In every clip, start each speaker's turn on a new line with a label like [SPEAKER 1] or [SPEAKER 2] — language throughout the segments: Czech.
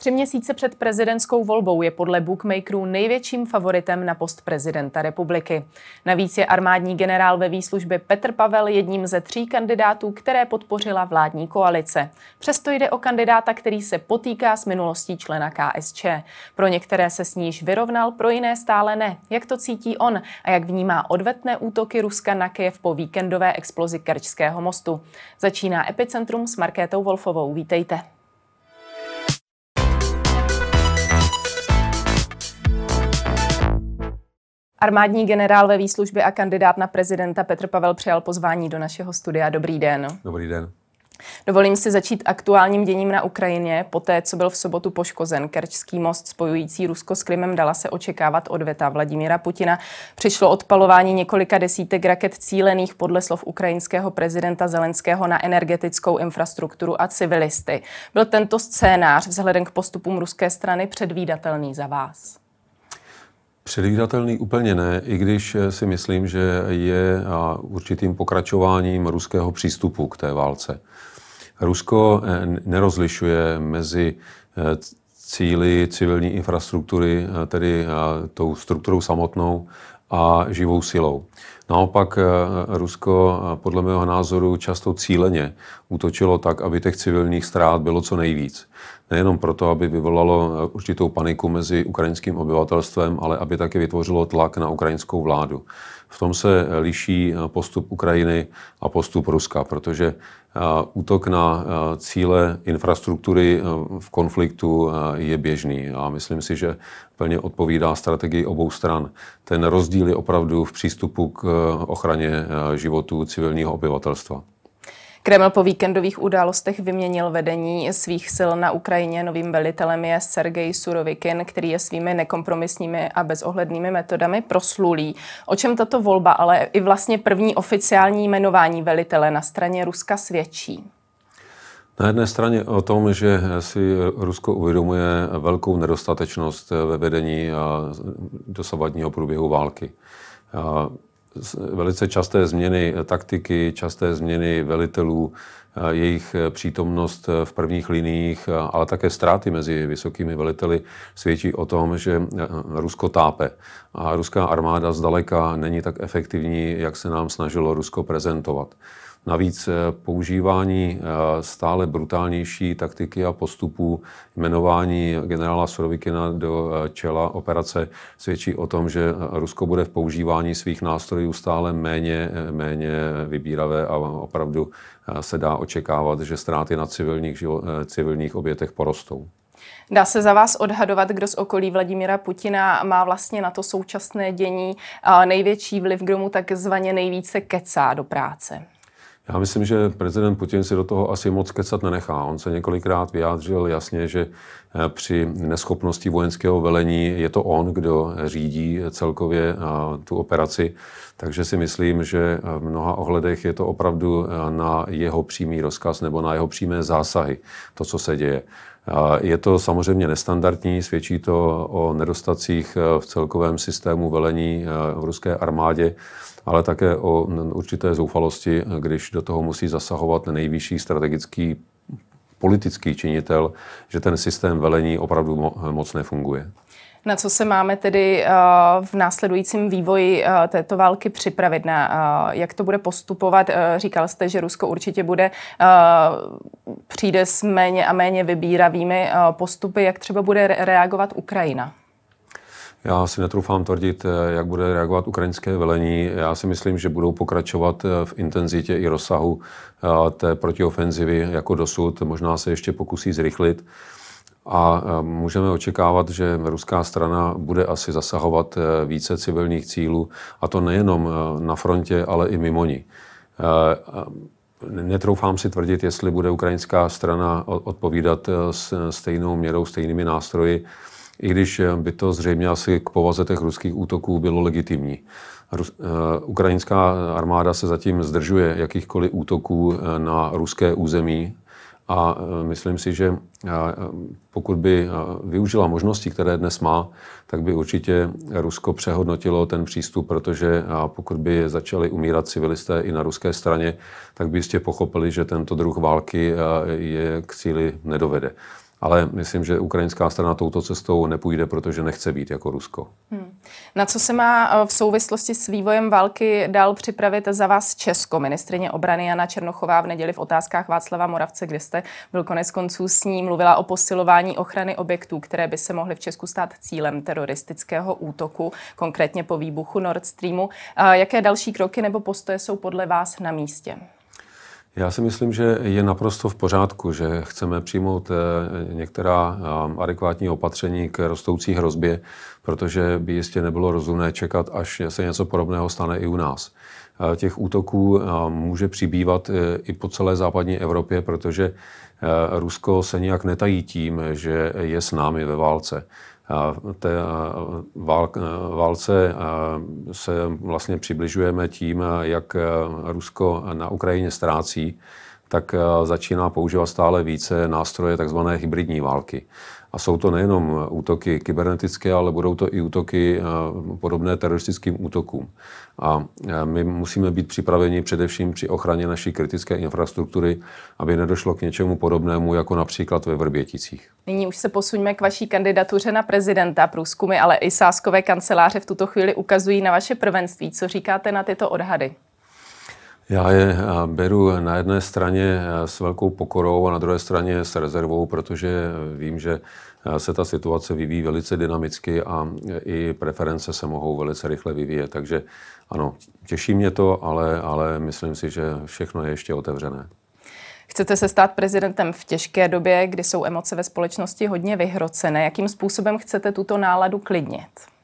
[SPEAKER 1] 3 měsíce před prezidentskou volbou je podle bookmakerů největším favoritem na post prezidenta republiky. Navíc je armádní generál ve výslužbě Petr Pavel jedním ze 3 kandidátů, které podpořila vládní koalice. Přesto jde o kandidáta, který se potýká s minulostí člena KSČ. Pro některé se s ní již vyrovnal, pro jiné stále ne. Jak to cítí on a jak vnímá odvetné útoky Ruska na Kyjev po víkendové explozi Kerčského mostu? Začíná Epicentrum s Markétou Wolfovou. Vítejte. Armádní generál ve výslužbě a kandidát na prezidenta Petr Pavel přijal pozvání do našeho studia. Dobrý den.
[SPEAKER 2] Dobrý den.
[SPEAKER 1] Dovolím si začít aktuálním děním na Ukrajině. Poté, co byl v sobotu poškozen Kerčský most spojující Rusko s Krymem, dala se očekávat odveta Vladimíra Putina. Přišlo odpalování několika desítek raket cílených podle slov ukrajinského prezidenta Zelenského na energetickou infrastrukturu a civilisty. Byl tento scénář vzhledem k postupům ruské strany předvídatelný za vás?
[SPEAKER 2] Předvídatelný úplně ne, i když si myslím, že je určitým pokračováním ruského přístupu k té válce. Rusko nerozlišuje mezi cíli civilní infrastruktury, tedy tou strukturou samotnou a živou silou. Naopak Rusko podle mého názoru často cíleně útočilo tak, aby těch civilních ztrát bylo co nejvíc. Nejenom proto, aby vyvolalo určitou paniku mezi ukrajinským obyvatelstvem, ale aby také vytvořilo tlak na ukrajinskou vládu. V tom se liší postup Ukrajiny a postup Ruska, protože útok na cíle infrastruktury v konfliktu je běžný a myslím si, že plně odpovídá strategii obou stran. Ten rozdíl je opravdu v přístupu k ochraně životů civilního obyvatelstva.
[SPEAKER 1] Kreml po víkendových událostech vyměnil vedení svých sil na Ukrajině. Novým velitelem je Sergej Surovikin, který je svými nekompromisními a bezohlednými metodami proslulý. O čem tato volba, ale i vlastně první oficiální jmenování velitele na straně Ruska svědčí?
[SPEAKER 2] Na jedné straně o tom, že si Rusko uvědomuje velkou nedostatečnost ve vedení dosavadního průběhu války. Velice časté změny taktiky, časté změny velitelů, jejich přítomnost v prvních liniích, ale také ztráty mezi vysokými veliteli svědčí o tom, že Rusko tápe. A ruská armáda zdaleka není tak efektivní, jak se nám snažilo Rusko prezentovat. Navíc používání stále brutálnější taktiky a postupů, jmenování generála Surovikina do čela operace svědčí o tom, že Rusko bude v používání svých nástrojů stále méně vybíravé a opravdu se dá očekávat, že ztráty na civilních obětech porostou.
[SPEAKER 1] Dá se za vás odhadovat, kdo z okolí Vladimíra Putina má vlastně na to současné dění největší vliv, kdo mu takzvaně nejvíce kecá do práce?
[SPEAKER 2] Já myslím, že prezident Putin si do toho asi moc kecat nenechá. On se několikrát vyjádřil jasně, že při neschopnosti vojenského velení je to on, kdo řídí celkově tu operaci. Takže si myslím, že v mnoha ohledech je to opravdu na jeho přímý rozkaz nebo na jeho přímé zásahy, to, co se děje. Je to samozřejmě nestandardní, svědčí to o nedostacích v celkovém systému velení v ruské armádě, ale také o určité zoufalosti, když do toho musí zasahovat nejvyšší strategický politický činitel, že ten systém velení opravdu moc nefunguje.
[SPEAKER 1] Na co se máme tedy v následujícím vývoji této války připravit? Jak to bude postupovat? Říkal jste, že Rusko určitě přijde s méně a méně vybíravými postupy. Jak třeba bude reagovat Ukrajina?
[SPEAKER 2] Já si netroufám tvrdit, jak bude reagovat ukrajinské velení. Já si myslím, že budou pokračovat v intenzitě i rozsahu té protiofenzivy jako dosud. Možná se ještě pokusí zrychlit. A můžeme očekávat, že ruská strana bude asi zasahovat více civilních cílů, a to nejenom na frontě, ale i mimo ní. Netroufám si tvrdit, jestli bude ukrajinská strana odpovídat stejnou měrou, stejnými nástroji, i když by to zřejmě asi k povaze těch ruských útoků bylo legitimní. Ukrajinská armáda se zatím zdržuje jakýchkoliv útoků na ruské území a myslím si, že pokud by využila možnosti, které dnes má, tak by určitě Rusko přehodnotilo ten přístup, protože pokud by začali umírat civilisté i na ruské straně, tak by jistě pochopili, že tento druh války je k cíli nedovede. Ale myslím, že ukrajinská strana touto cestou nepůjde, protože nechce být jako Rusko.
[SPEAKER 1] Na co se má v souvislosti s vývojem války dál připravit za vás Česko? Ministryně obrany Jana Černochová v neděli v Otázkách Václava Moravce, kde jste byl konec konců s ní, mluvila o posilování ochrany objektů, které by se mohly v Česku stát cílem teroristického útoku, konkrétně po výbuchu Nord Streamu. Jaké další kroky nebo postoje jsou podle vás na místě?
[SPEAKER 2] Já si myslím, že je naprosto v pořádku, že chceme přijmout některá adekvátní opatření k rostoucí hrozbě, protože by jistě nebylo rozumné čekat, až se něco podobného stane i u nás. Těch útoků může přibývat i po celé západní Evropě, protože Rusko se nijak netají tím, že je s námi ve válce. Té válce se vlastně přibližujeme tím, jak Rusko na Ukrajině ztrácí, tak začíná používat stále více nástroje tzv. Hybridní války. A jsou to nejenom útoky kybernetické, ale budou to i útoky podobné teroristickým útokům. A my musíme být připraveni především při ochraně naší kritické infrastruktury, aby nedošlo k něčemu podobnému, jako například ve Vrběticích.
[SPEAKER 1] Nyní už se posuňme k vaší kandidatuře na prezidenta. Průzkumy, ale i sázkové kanceláře v tuto chvíli ukazují na vaše prvenství. Co říkáte na tyto odhady?
[SPEAKER 2] Já je beru na jedné straně s velkou pokorou a na druhé straně s rezervou, protože vím, že se ta situace vyvíjí velice dynamicky a i preference se mohou velice rychle vyvíjet. Takže ano, těší mě to, ale myslím si, že všechno je ještě otevřené.
[SPEAKER 1] Chcete se stát prezidentem v těžké době, kdy jsou emoce ve společnosti hodně vyhrocené. Jakým způsobem chcete tuto náladu klidnit?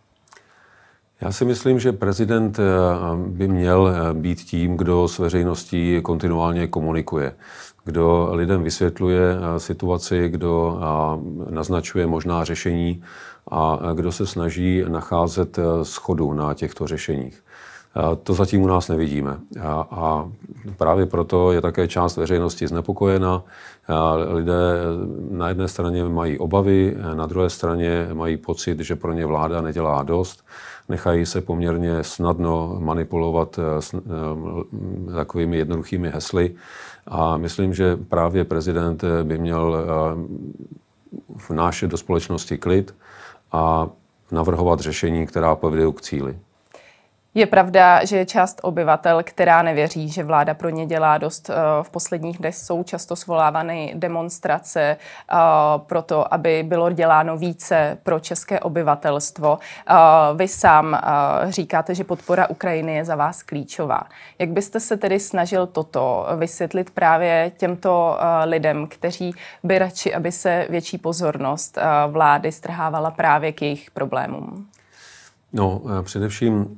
[SPEAKER 2] Já si myslím, že prezident by měl být tím, kdo s veřejností kontinuálně komunikuje, kdo lidem vysvětluje situaci, kdo naznačuje možná řešení a kdo se snaží nacházet shodu na těchto řešeních. To zatím u nás nevidíme. A právě proto je také část veřejnosti znepokojena. Lidé na jedné straně mají obavy, na druhé straně mají pocit, že pro ně vláda nedělá dost. Nechají se poměrně snadno manipulovat s takovými jednoduchými hesly. A myslím, že právě prezident by měl vnášet do společnosti klid a navrhovat řešení, která povedou k cíli.
[SPEAKER 1] Je pravda, že je část obyvatel, která nevěří, že vláda pro ně dělá dost. V posledních dnech jsou často svolávány demonstrace proto, aby bylo děláno více pro české obyvatelstvo. Vy sám říkáte, že podpora Ukrajiny je za vás klíčová. Jak byste se tedy snažil toto vysvětlit právě těmto lidem, kteří by radši, aby se větší pozornost vlády strhávala právě k jejich problémům?
[SPEAKER 2] No, především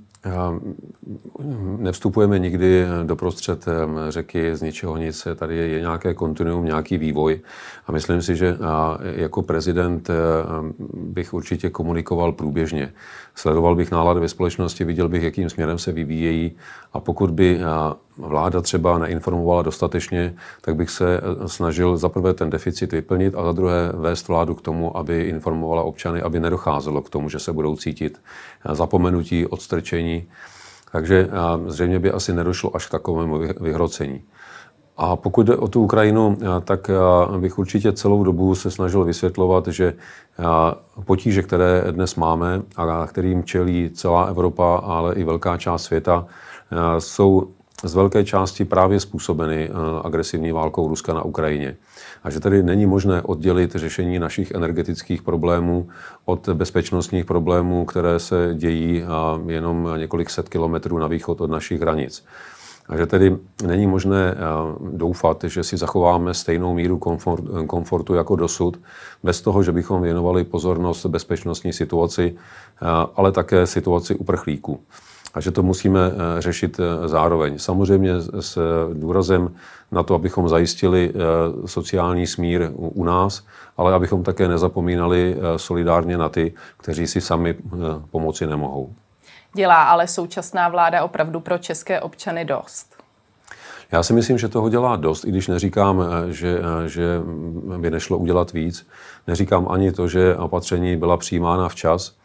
[SPEAKER 2] nevstupujeme nikdy doprostřed řeky z ničeho nic. Tady je nějaké kontinuum, nějaký vývoj a myslím si, že jako prezident bych určitě komunikoval průběžně. Sledoval bych nálady ve společnosti, viděl bych, jakým směrem se vyvíjejí a pokud by vláda třeba neinformovala dostatečně, tak bych se snažil za prvé ten deficit vyplnit a za druhé vést vládu k tomu, aby informovala občany, aby nedocházelo k tomu, že se budou cítit zapomenutí, odstrčení. Takže zřejmě by asi nedošlo až k takovému vyhrocení. A pokud jde o tu Ukrajinu, tak bych určitě celou dobu se snažil vysvětlovat, že potíže, které dnes máme a kterým čelí celá Evropa, ale i velká část světa, jsou z velké části právě způsobeny agresivní válkou Ruska na Ukrajině. A že tedy není možné oddělit řešení našich energetických problémů od bezpečnostních problémů, které se dějí jenom několik set kilometrů na východ od našich hranic. A že tedy není možné doufat, že si zachováme stejnou míru komfortu jako dosud, bez toho, že bychom věnovali pozornost bezpečnostní situaci, ale také situaci uprchlíků. A že to musíme řešit zároveň. Samozřejmě s důrazem na to, abychom zajistili sociální smír u nás, ale abychom také nezapomínali solidárně na ty, kteří si sami pomoci nemohou.
[SPEAKER 1] Dělá ale současná vláda opravdu pro české občany dost?
[SPEAKER 2] Já si myslím, že toho dělá dost, i když neříkám, že by nešlo udělat víc. Neříkám ani to, že opatření byla přijímána včas,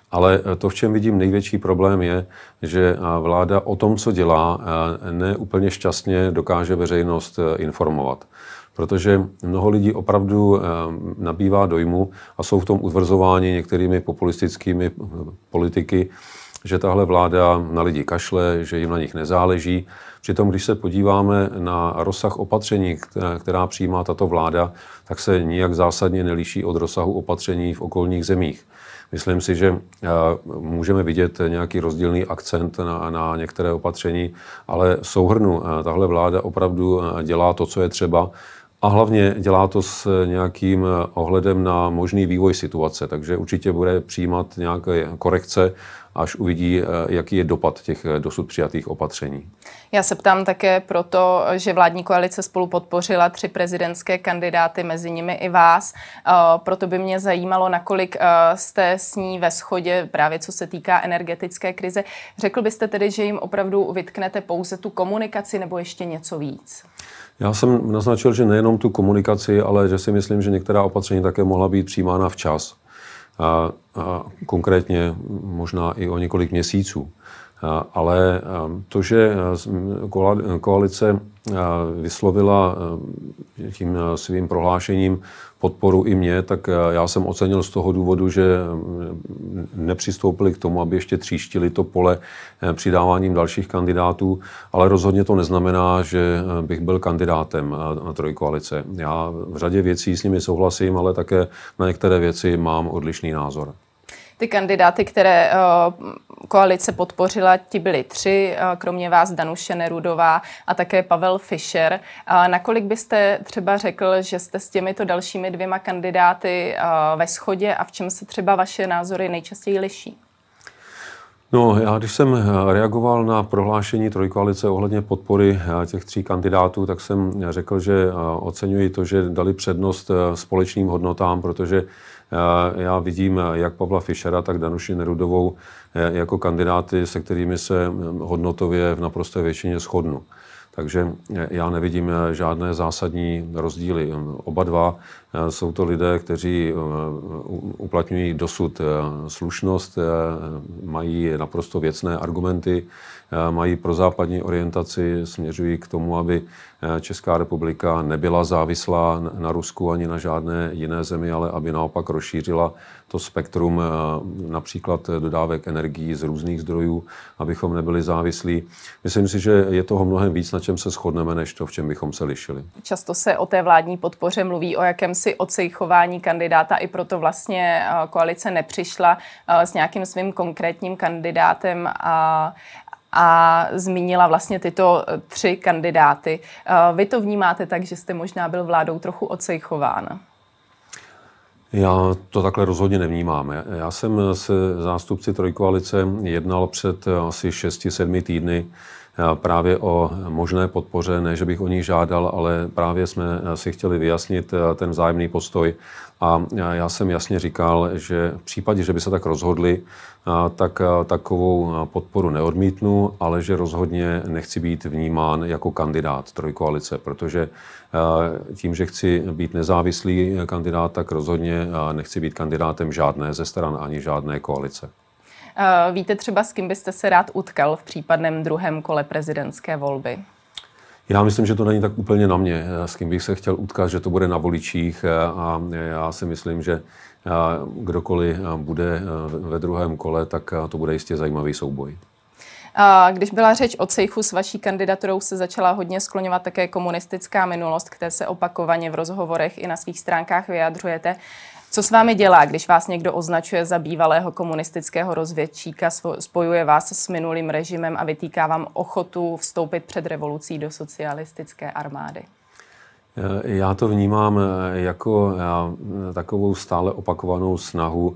[SPEAKER 2] Ale to, v čem vidím největší problém, je, že vláda o tom, co dělá, ne úplně šťastně dokáže veřejnost informovat. Protože mnoho lidí opravdu nabývá dojmu a jsou v tom utvrzováni některými populistickými politiky, že tahle vláda na lidi kašle, že jim na nich nezáleží. Přitom, když se podíváme na rozsah opatření, která přijímá tato vláda, tak se nijak zásadně neliší od rozsahu opatření v okolních zemích. Myslím si, že můžeme vidět nějaký rozdílný akcent na některé opatření, ale v souhrnu tahle vláda opravdu dělá to, co je třeba, a hlavně dělá to s nějakým ohledem na možný vývoj situace, takže určitě bude přijímat nějaké korekce, až uvidí, jaký je dopad těch dosud přijatých opatření.
[SPEAKER 1] Já se ptám také proto, že vládní koalice Spolu podpořila 3 prezidentské kandidáty, mezi nimi i vás. Proto by mě zajímalo, nakolik jste s ní ve shodě, právě co se týká energetické krize. Řekl byste tedy, že jim opravdu vytknete pouze tu komunikaci nebo ještě něco víc?
[SPEAKER 2] Já jsem naznačil, že nejenom tu komunikaci, ale že si myslím, že některá opatření také mohla být přijímána včas. A konkrétně možná i o několik měsíců. Ale to, že koalice vyslovila tím svým prohlášením podporu i mě, tak já jsem ocenil z toho důvodu, že nepřistoupili k tomu, aby ještě tříštili to pole přidáváním dalších kandidátů, ale rozhodně to neznamená, že bych byl kandidátem na trojkoalice. Já v řadě věcí s nimi souhlasím, ale také na některé věci mám odlišný názor.
[SPEAKER 1] Ty kandidáty, které koalice podpořila, ti byli 3, kromě vás Danuše Nerudová a také Pavel Fischer. Nakolik byste třeba řekl, že jste s těmito dalšími 2 kandidáty ve shodě a v čem se třeba vaše názory nejčastěji liší?
[SPEAKER 2] No, já když jsem reagoval na prohlášení trojkoalice ohledně podpory těch 3 kandidátů, tak jsem řekl, že oceňuji to, že dali přednost společným hodnotám, protože já vidím jak Pavla Fischera, tak Danuši Nerudovou jako kandidáty, se kterými se hodnotově v naprosté většině shodnu. Takže já nevidím žádné zásadní rozdíly. Oba dva jsou to lidé, kteří uplatňují dosud slušnost, mají naprosto věcné argumenty, mají prozápadní orientaci, směřují k tomu, aby Česká republika nebyla závislá na Rusku ani na žádné jiné zemi, ale aby naopak rozšířila to spektrum například dodávek energií z různých zdrojů, abychom nebyli závislí. Myslím si, že je toho mnohem víc, na čem se shodneme, než to, v čem bychom se lišili.
[SPEAKER 1] Často se o té vládní podpoře mluví o jakémsi ocejchování kandidáta, i proto vlastně koalice nepřišla s nějakým svým konkrétním kandidátem a zmínila vlastně tyto 3 kandidáty. Vy to vnímáte tak, že jste možná byl vládou trochu ocejchován?
[SPEAKER 2] Já to takhle rozhodně nevnímám. Já jsem se zástupci trojkoalice jednal před asi 6-7 týdny právě o možné podpoře, ne, že bych o ní žádal, ale právě jsme si chtěli vyjasnit ten vzájemný postoj. A já jsem jasně říkal, že v případě, že by se tak rozhodli, tak takovou podporu neodmítnu, ale že rozhodně nechci být vnímán jako kandidát trojkoalice, protože tím, že chci být nezávislý kandidát, tak rozhodně nechci být kandidátem žádné ze stran ani žádné koalice.
[SPEAKER 1] Víte třeba, s kým byste se rád utkal v případném 2. kole prezidentské volby?
[SPEAKER 2] Já myslím, že to není tak úplně na mě, s kým bych se chtěl utkat, že to bude na voličích a já si myslím, že kdokoliv bude ve 2. kole, tak to bude jistě zajímavý souboj.
[SPEAKER 1] Když byla řeč o cejchu, s vaší kandidaturou se začala hodně skloňovat také komunistická minulost, které se opakovaně v rozhovorech i na svých stránkách vyjadřujete. Co s vámi dělá, když vás někdo označuje za bývalého komunistického rozvědčíka, spojuje vás s minulým režimem a vytýká vám ochotu vstoupit před revolucí do socialistické armády?
[SPEAKER 2] Já to vnímám jako takovou stále opakovanou snahu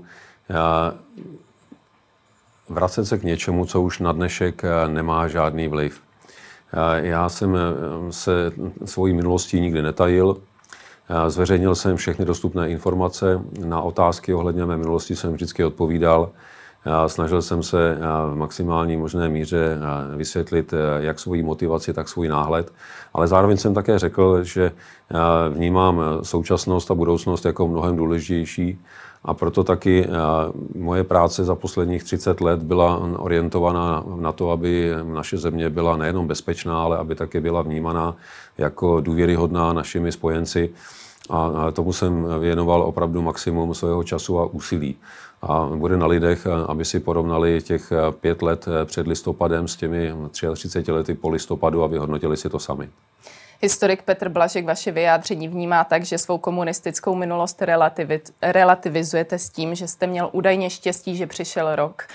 [SPEAKER 2] vracet se k něčemu, co už na dnešek nemá žádný vliv. Já jsem se svojí minulostí nikdy netajil. Zveřejnil jsem všechny dostupné informace. Na otázky ohledně mé minulosti jsem vždycky odpovídal. Snažil jsem se v maximální možné míře vysvětlit jak svoji motivaci, tak svůj náhled. Ale zároveň jsem také řekl, že vnímám současnost a budoucnost jako mnohem důležitější A proto taky moje práce za posledních 30 let byla orientovaná na to, aby naše země byla nejenom bezpečná, ale aby také byla vnímaná jako důvěryhodná našimi spojenci. A tomu jsem věnoval opravdu maximum svého času a úsilí. A bude na lidech, aby si porovnali těch 5 let před listopadem s těmi 33 lety po listopadu a vyhodnotili si to sami.
[SPEAKER 1] Historik Petr Blažek vaše vyjádření vnímá tak, že svou komunistickou minulost relativizujete s tím, že jste měl údajně štěstí, že přišel rok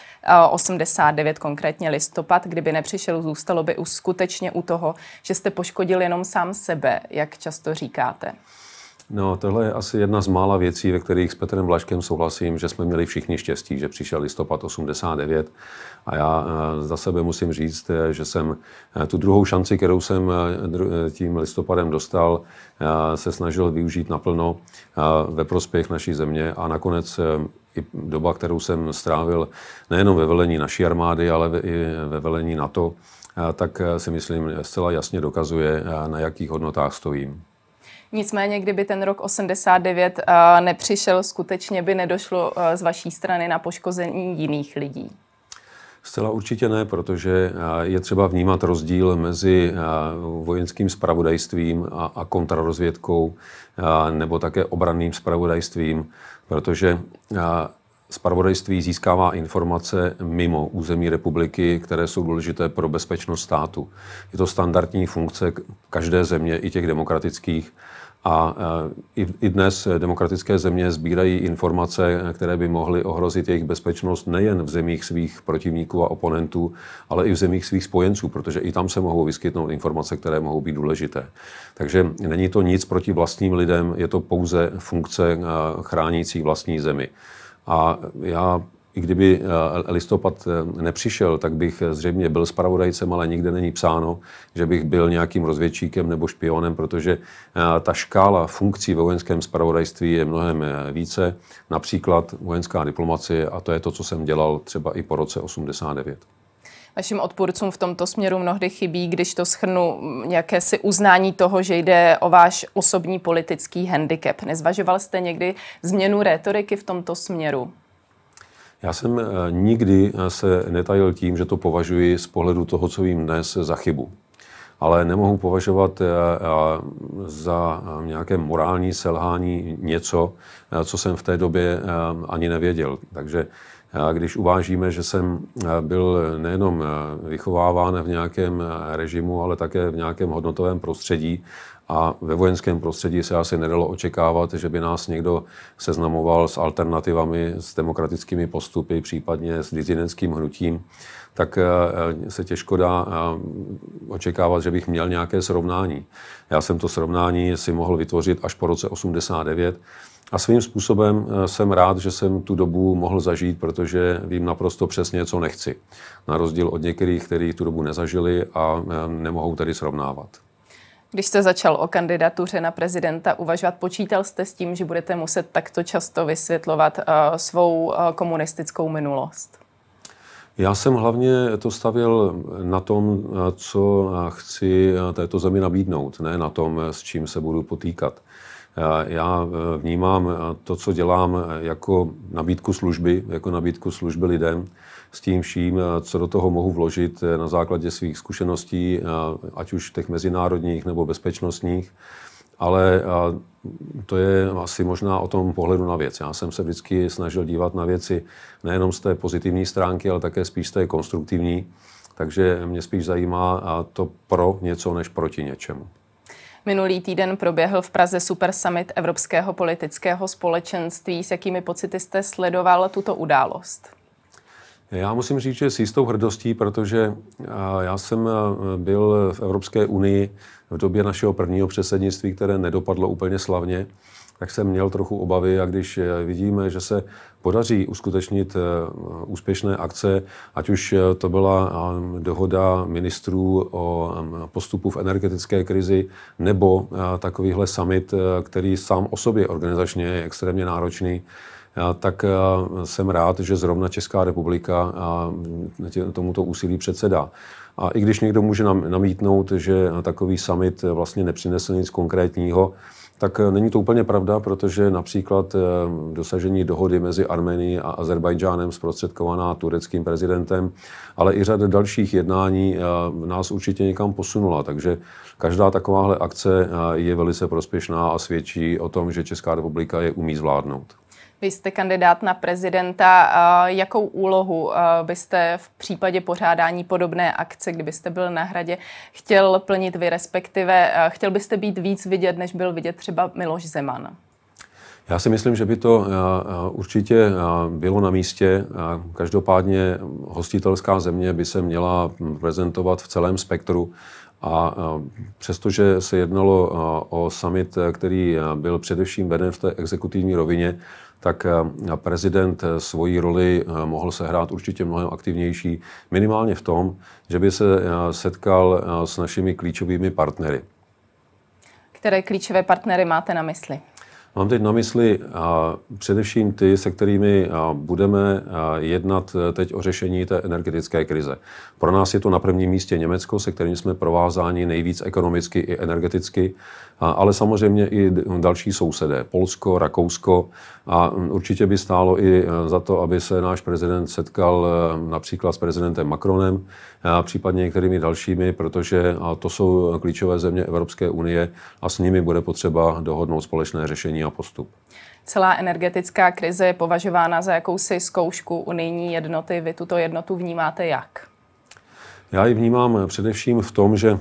[SPEAKER 1] 89, konkrétně listopad. Kdyby nepřišel, zůstalo by už skutečně u toho, že jste poškodil jenom sám sebe, jak často říkáte.
[SPEAKER 2] No, tohle je asi jedna z mála věcí, ve kterých s Petrem Blažkem souhlasím, že jsme měli všichni štěstí, že přišel listopad 89. A já za sebe musím říct, že jsem tu druhou šanci, kterou jsem tím listopadem dostal, se snažil využít naplno ve prospěch naší země. A nakonec i doba, kterou jsem strávil nejenom ve velení naší armády, ale i ve velení NATO, tak si myslím, zcela jasně dokazuje, na jakých hodnotách stojím.
[SPEAKER 1] Nicméně, kdyby ten rok 89 nepřišel, skutečně by nedošlo z vaší strany na poškození jiných lidí.
[SPEAKER 2] Zcela určitě ne, protože je třeba vnímat rozdíl mezi vojenským zpravodajstvím a kontrarozvědkou nebo také obranným zpravodajstvím, protože zpravodajství získává informace mimo území republiky, které jsou důležité pro bezpečnost státu. Je to standardní funkce každé země, i těch demokratických. A i dnes demokratické země sbírají informace, které by mohly ohrozit jejich bezpečnost nejen v zemích svých protivníků a oponentů, ale i v zemích svých spojenců, protože i tam se mohou vyskytnout informace, které mohou být důležité. Takže není to nic proti vlastním lidem, je to pouze funkce chránící vlastní zemi. A já, i kdyby listopad nepřišel, tak bych zřejmě byl zpravodajcem, ale nikde není psáno, že bych byl nějakým rozvědčíkem nebo špionem, protože ta škála funkcí ve vojenském zpravodajství je mnohem více, například vojenská diplomacie, a to je to, co jsem dělal třeba i po roce 89.
[SPEAKER 1] Vašim odpůrcům v tomto směru mnohdy chybí, když to shrnu, nějaké si uznání toho, že jde o váš osobní politický handicap. Nezvažoval jste někdy změnu rétoriky v tomto směru?
[SPEAKER 2] Já jsem nikdy se netajil tím, že to považuji z pohledu toho, co vím dnes, za chybu. Ale nemohu považovat za nějaké morální selhání něco, co jsem v té době ani nevěděl. Takže když uvážíme, že jsem byl nejenom vychováván v nějakém režimu, ale také v nějakém hodnotovém prostředí, a ve vojenském prostředí se asi nedalo očekávat, že by nás někdo seznamoval s alternativami, s demokratickými postupy, případně s disidentským hnutím, tak se těžko dá očekávat, že bych měl nějaké srovnání. Já jsem to srovnání si mohl vytvořit až po roce 89 a svým způsobem jsem rád, že jsem tu dobu mohl zažít, protože vím naprosto přesně, co nechci. Na rozdíl od některých, kteří tu dobu nezažili a nemohou tedy srovnávat.
[SPEAKER 1] Když jste začal o kandidatuře na prezidenta uvažovat, počítal jste s tím, že budete muset takto často vysvětlovat svou komunistickou minulost?
[SPEAKER 2] Já jsem hlavně to stavěl na tom, co chci této zemi nabídnout, ne na tom, s čím se budu potýkat. Já vnímám to, co dělám, jako nabídku služby lidem, s tím vším, co do toho mohu vložit na základě svých zkušeností, ať už těch mezinárodních nebo bezpečnostních, ale to je asi možná o tom pohledu na věc. Já jsem se vždycky snažil dívat na věci nejenom z té pozitivní stránky, ale také spíš z té konstruktivní, takže mě spíš zajímá to pro něco, než proti něčemu.
[SPEAKER 1] Minulý týden proběhl v Praze Super Summit Evropského politického společenství. S jakými pocity jste sledoval tuto událost?
[SPEAKER 2] Já musím říct, že s jistou hrdostí, protože já jsem byl v Evropské unii v době našeho prvního předsednictví, které nedopadlo úplně slavně, tak jsem měl trochu obavy, a když vidíme, že se podaří uskutečnit úspěšné akce, ať už to byla dohoda ministrů o postupu v energetické krizi, nebo takovýhle summit, který sám o sobě organizačně je extrémně náročný, tak jsem rád, že zrovna Česká republika tomuto úsilí předsedá. A i když někdo může namítnout, že takový summit vlastně nepřinesl nic konkrétního, Tak není to úplně pravda, protože například dosažení dohody mezi Arménií a Azerbajdžánem zprostředkovaná tureckým prezidentem, ale i řada dalších jednání nás určitě někam posunula. Takže každá takováhle akce je velice prospěšná a svědčí o tom, že Česká republika je umí zvládnout.
[SPEAKER 1] Vy jste kandidát na prezidenta. Jakou úlohu byste v případě pořádání podobné akce, kdybyste byl na Hradě, chtěl plnit vy, respektive chtěl byste být víc vidět, než byl vidět třeba Miloš Zeman?
[SPEAKER 2] Já si myslím, že by to určitě bylo na místě. Každopádně hostitelská země by se měla prezentovat v celém spektru. A přestože se jednalo o summit, který byl především veden v té exekutivní rovině, tak prezident svoji roli mohl sehrát určitě mnohem aktivnější, minimálně v tom, že by se setkal s našimi klíčovými partnery.
[SPEAKER 1] Které klíčové partnery máte na mysli?
[SPEAKER 2] Mám teď na mysli především ty, se kterými budeme jednat teď o řešení té energetické krize. Pro nás je to na prvním místě Německo, se kterým jsme provázáni nejvíc ekonomicky i energeticky, ale samozřejmě i další sousedé, Polsko, Rakousko. A určitě by stálo i za to, aby se náš prezident setkal například s prezidentem Macronem, případně některými dalšími, protože to jsou klíčové země Evropské unie a s nimi bude potřeba dohodnout společné řešení a postup.
[SPEAKER 1] Celá energetická krize je považována za jakousi zkoušku unijní jednoty. Vy tuto jednotu vnímáte jak?
[SPEAKER 2] Já ji vnímám především v tom, že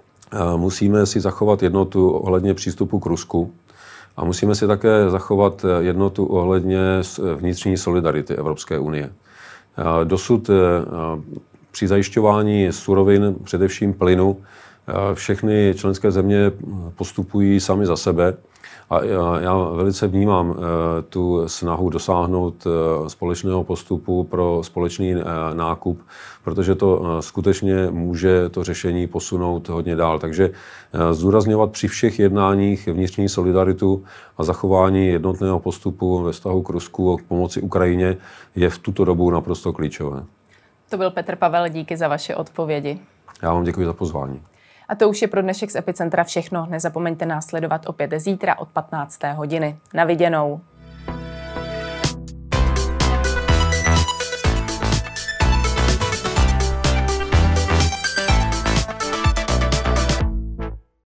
[SPEAKER 2] musíme si zachovat jednotu ohledně přístupu k Rusku a musíme si také zachovat jednotu ohledně vnitřní solidarity Evropské unie. Dosud při zajišťování surovin, především plynu, všechny členské země postupují sami za sebe. A já velice vnímám tu snahu dosáhnout společného postupu pro společný nákup, protože to skutečně může to řešení posunout hodně dál. Takže zdůrazňovat při všech jednáních vnitřní solidaritu a zachování jednotného postupu ve vztahu k Rusku a k pomoci Ukrajině je v tuto dobu naprosto klíčové.
[SPEAKER 1] To byl Petr Pavel, díky za vaše odpovědi.
[SPEAKER 2] Já vám děkuji za pozvání.
[SPEAKER 1] A to už je pro dnešek z Epicentra všechno. Nezapomeňte nás sledovat opět zítra od 15. hodiny. Na viděnou.